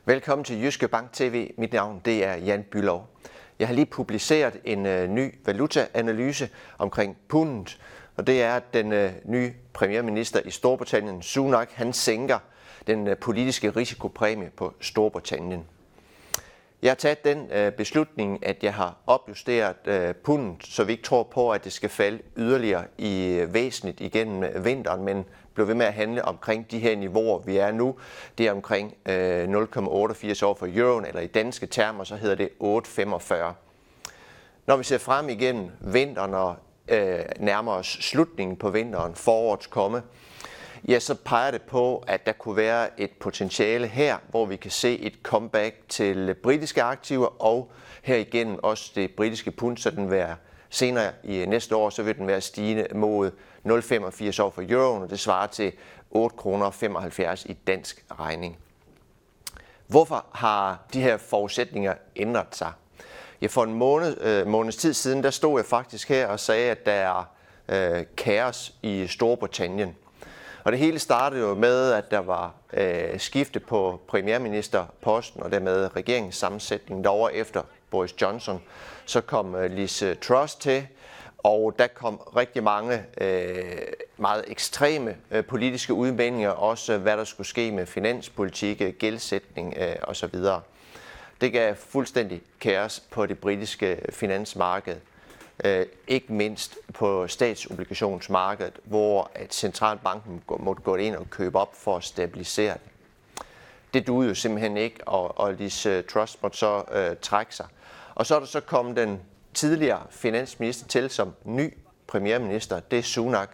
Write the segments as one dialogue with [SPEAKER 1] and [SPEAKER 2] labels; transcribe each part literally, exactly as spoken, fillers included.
[SPEAKER 1] Velkommen til Jyske Bank T V. Mit navn det er Jan Bülow. Jeg har lige publiceret en uh, ny valutaanalyse omkring pundet, og det er, at den uh, nye premierminister i Storbritannien, Sunak, han sænker den uh, politiske risikopræmie på Storbritannien. Jeg har taget den uh, beslutning, at jeg har opjusteret uh, pundet, så vi ikke tror på, at det skal falde yderligere i uh, væsentligt igennem vinteren, men bliver ved med at handle omkring de her niveauer, vi er nu. Det er omkring øh, nul komma otteogfirs over for euroen, eller i danske termer, så hedder det otte komma femogfyrre. Når vi ser frem igennem vinteren og øh, nærmer os slutningen på vinteren, forårets komme, ja, så peger det på, at der kunne være et potentiale her, hvor vi kan se et comeback til britiske aktiver, og her igen også det britiske pund, så den være senere i næste år, så vil den være stigende mod nul komma femogfirs over for euroen, og det svarer til otte kroner femoghalvfjerds i dansk regning. Hvorfor har de her forudsætninger ændret sig? Ja, for en måned, øh, måneds tid siden, der stod jeg faktisk her og sagde, at der er øh, kaos i Storbritannien. Og det hele startede jo med, at der var øh, skifte på premierministerposten og dermed regeringssammensætningen derovre efter Boris Johnson. Så kom øh, Liz Truss til, og der kom rigtig mange øh, meget ekstreme øh, politiske udmeldinger, også hvad der skulle ske med finanspolitik, gældsætning øh, osv. Det gav fuldstændig kaos på det britiske finansmarked, øh, ikke mindst på statsobligationsmarkedet, hvor at centralbanken måtte gå ind og købe op for at stabilisere det. Det duede jo simpelthen ikke, og, og Liz Truss måtte så øh, trække sig. Og så er der så kommet den tidligere finansminister til som ny premierminister, det er Sunak.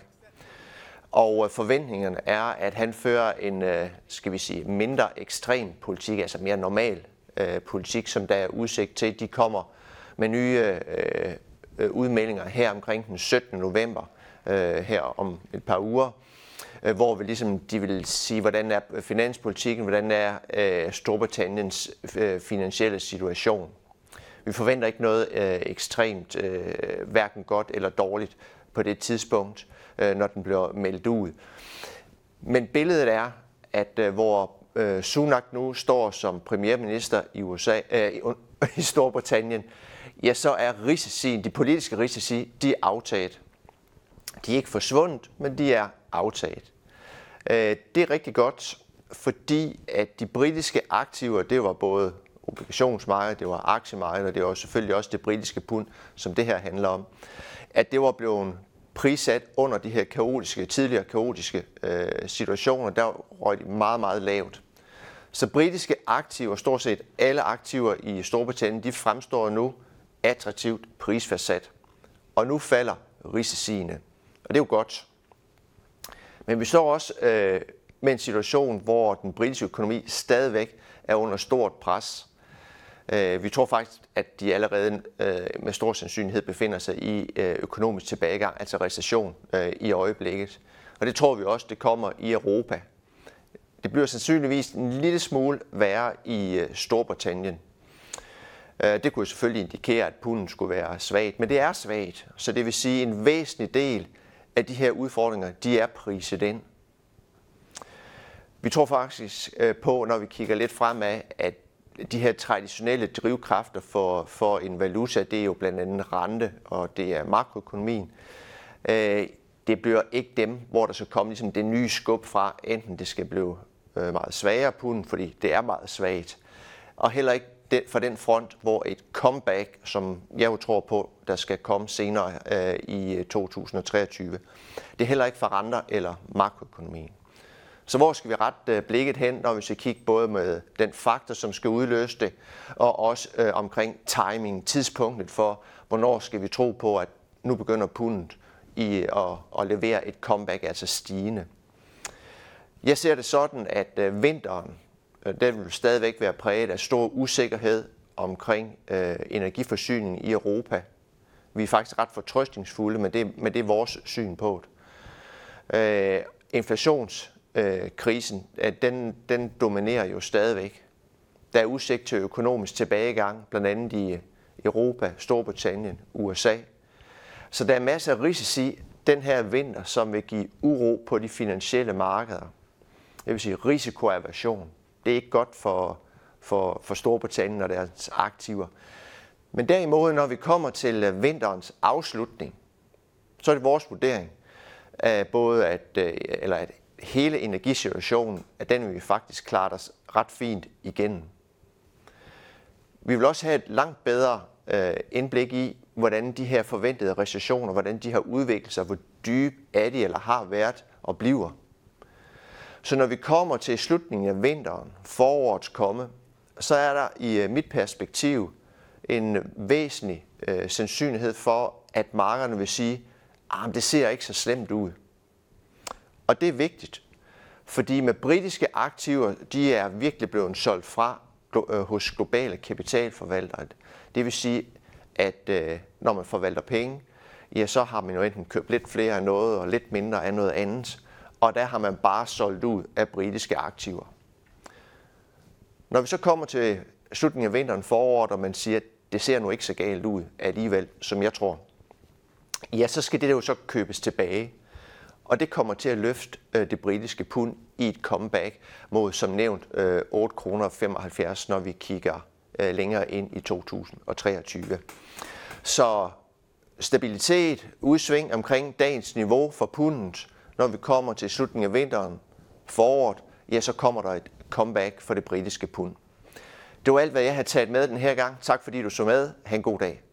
[SPEAKER 1] Og forventningerne er, at han fører en, skal vi sige, mindre ekstrem politik, altså mere normal øh, politik, som der er udsigt til. De kommer med nye øh, udmeldinger her omkring den syttende november, øh, her om et par uger, øh, hvor vi ligesom, de vil sige, hvordan er finanspolitikken, hvordan er øh, Storbritanniens øh, finansielle situation. Vi forventer ikke noget øh, ekstremt, øh, hverken godt eller dårligt på det tidspunkt, øh, når den bliver meldt ud. Men billedet er, at øh, hvor øh, Sunak nu står som premierminister i U S A, øh, i Storbritannien, ja, så er risicien, de politiske risici, de er aftaget. De er ikke forsvundet, men de er aftaget. Øh, det er rigtig godt, fordi at de britiske aktiver, det var både obligationsmarkedet, det var aktiemarkedet, og det var selvfølgelig også det britiske pund, som det her handler om, at det var blevet prissat under de her kaotiske, tidligere kaotiske øh, situationer, der røg de meget, meget lavt. Så britiske aktiver, stort set alle aktiver i Storbritannien, de fremstår nu attraktivt prisfastsat. Og nu falder risiciene, og det er jo godt. Men vi står også øh, med en situation, hvor den britiske økonomi stadigvæk er under stort pres. Vi tror faktisk, at de allerede med stor sandsynlighed befinder sig i økonomisk tilbagegang, altså recession i øjeblikket. Og det tror vi også, det kommer i Europa. Det bliver sandsynligvis en lille smule værre i Storbritannien. Det kunne selvfølgelig indikere, at pundet skulle være svagt, men det er svagt. Så det vil sige, at en væsentlig del af de her udfordringer, de er priset ind. Vi tror faktisk på, når vi kigger lidt fremad, at de her traditionelle drivkræfter for, for en valuta, det er jo blandt andet rente, og det er makroøkonomien. Det bliver ikke dem, hvor der så kommer ligesom det nye skub fra, enten det skal blive meget svagere pund, fordi det er meget svagt, og heller ikke fra den front, hvor et comeback, som jeg jo tror på, der skal komme senere i to tusind og treogtyve, det er heller ikke fra renter eller makroøkonomien. Så hvor skal vi rette blikket hen, når vi skal kigge både med den faktor, som skal udløse det, og også øh, omkring timing, tidspunktet for, hvornår skal vi tro på, at nu begynder pundet i at, at levere et comeback, altså stigende. Jeg ser det sådan, at øh, vinteren, øh, den vil stadigvæk være præget af stor usikkerhed omkring øh, energiforsyningen i Europa. Vi er faktisk ret fortrøstningsfulde, men det, men det er vores syn på det. Øh, inflations krisen, den, den dominerer jo stadigvæk. Der er udsigt til økonomisk tilbagegang, blandt andet i Europa, Storbritannien, U S A. Så der er masser af risici den her vinter, som vil give uro på de finansielle markeder. Det vil sige risikoaversion. Det er ikke godt for, for, for Storbritannien og deres aktiver. Men derimod, når vi kommer til vinterens afslutning, så er det vores vurdering, at både at, eller at hele energisituationen, at den vil vi faktisk klare os ret fint igennem. Vi vil også have et langt bedre øh, indblik i, hvordan de her forventede recessioner, hvordan de har udviklet sig, hvor dybe er de eller har været og bliver. Så når vi kommer til slutningen af vinteren, forårets komme, så er der i øh, mit perspektiv en væsentlig øh, sandsynlighed for, at markederne vil sige, at det ser ikke så slemt ud. Og det er vigtigt, fordi med britiske aktiver, de er virkelig blevet solgt fra hos globale kapitalforvaltere. Det vil sige, at øh, når man forvalter penge, ja, så har man jo enten købt lidt flere af noget og lidt mindre af noget andet, og der har man bare solgt ud af britiske aktiver. Når vi så kommer til slutningen af vinteren, foråret, og man siger, at det ser nu ikke så galt ud alligevel, som jeg tror, ja, så skal det jo så købes tilbage. Og det kommer til at løfte øh, det britiske pund i et comeback mod, som nævnt, øh, otte kroner femoghalvfjerds, når vi kigger øh, længere ind i to tusind treogtyve. Så stabilitet, udsving omkring dagens niveau for pundet, når vi kommer til slutningen af vinteren, foråret, ja, så kommer der et comeback for det britiske pund. Det var alt, hvad jeg havde taget med den her gang. Tak fordi du så med. Ha' en god dag.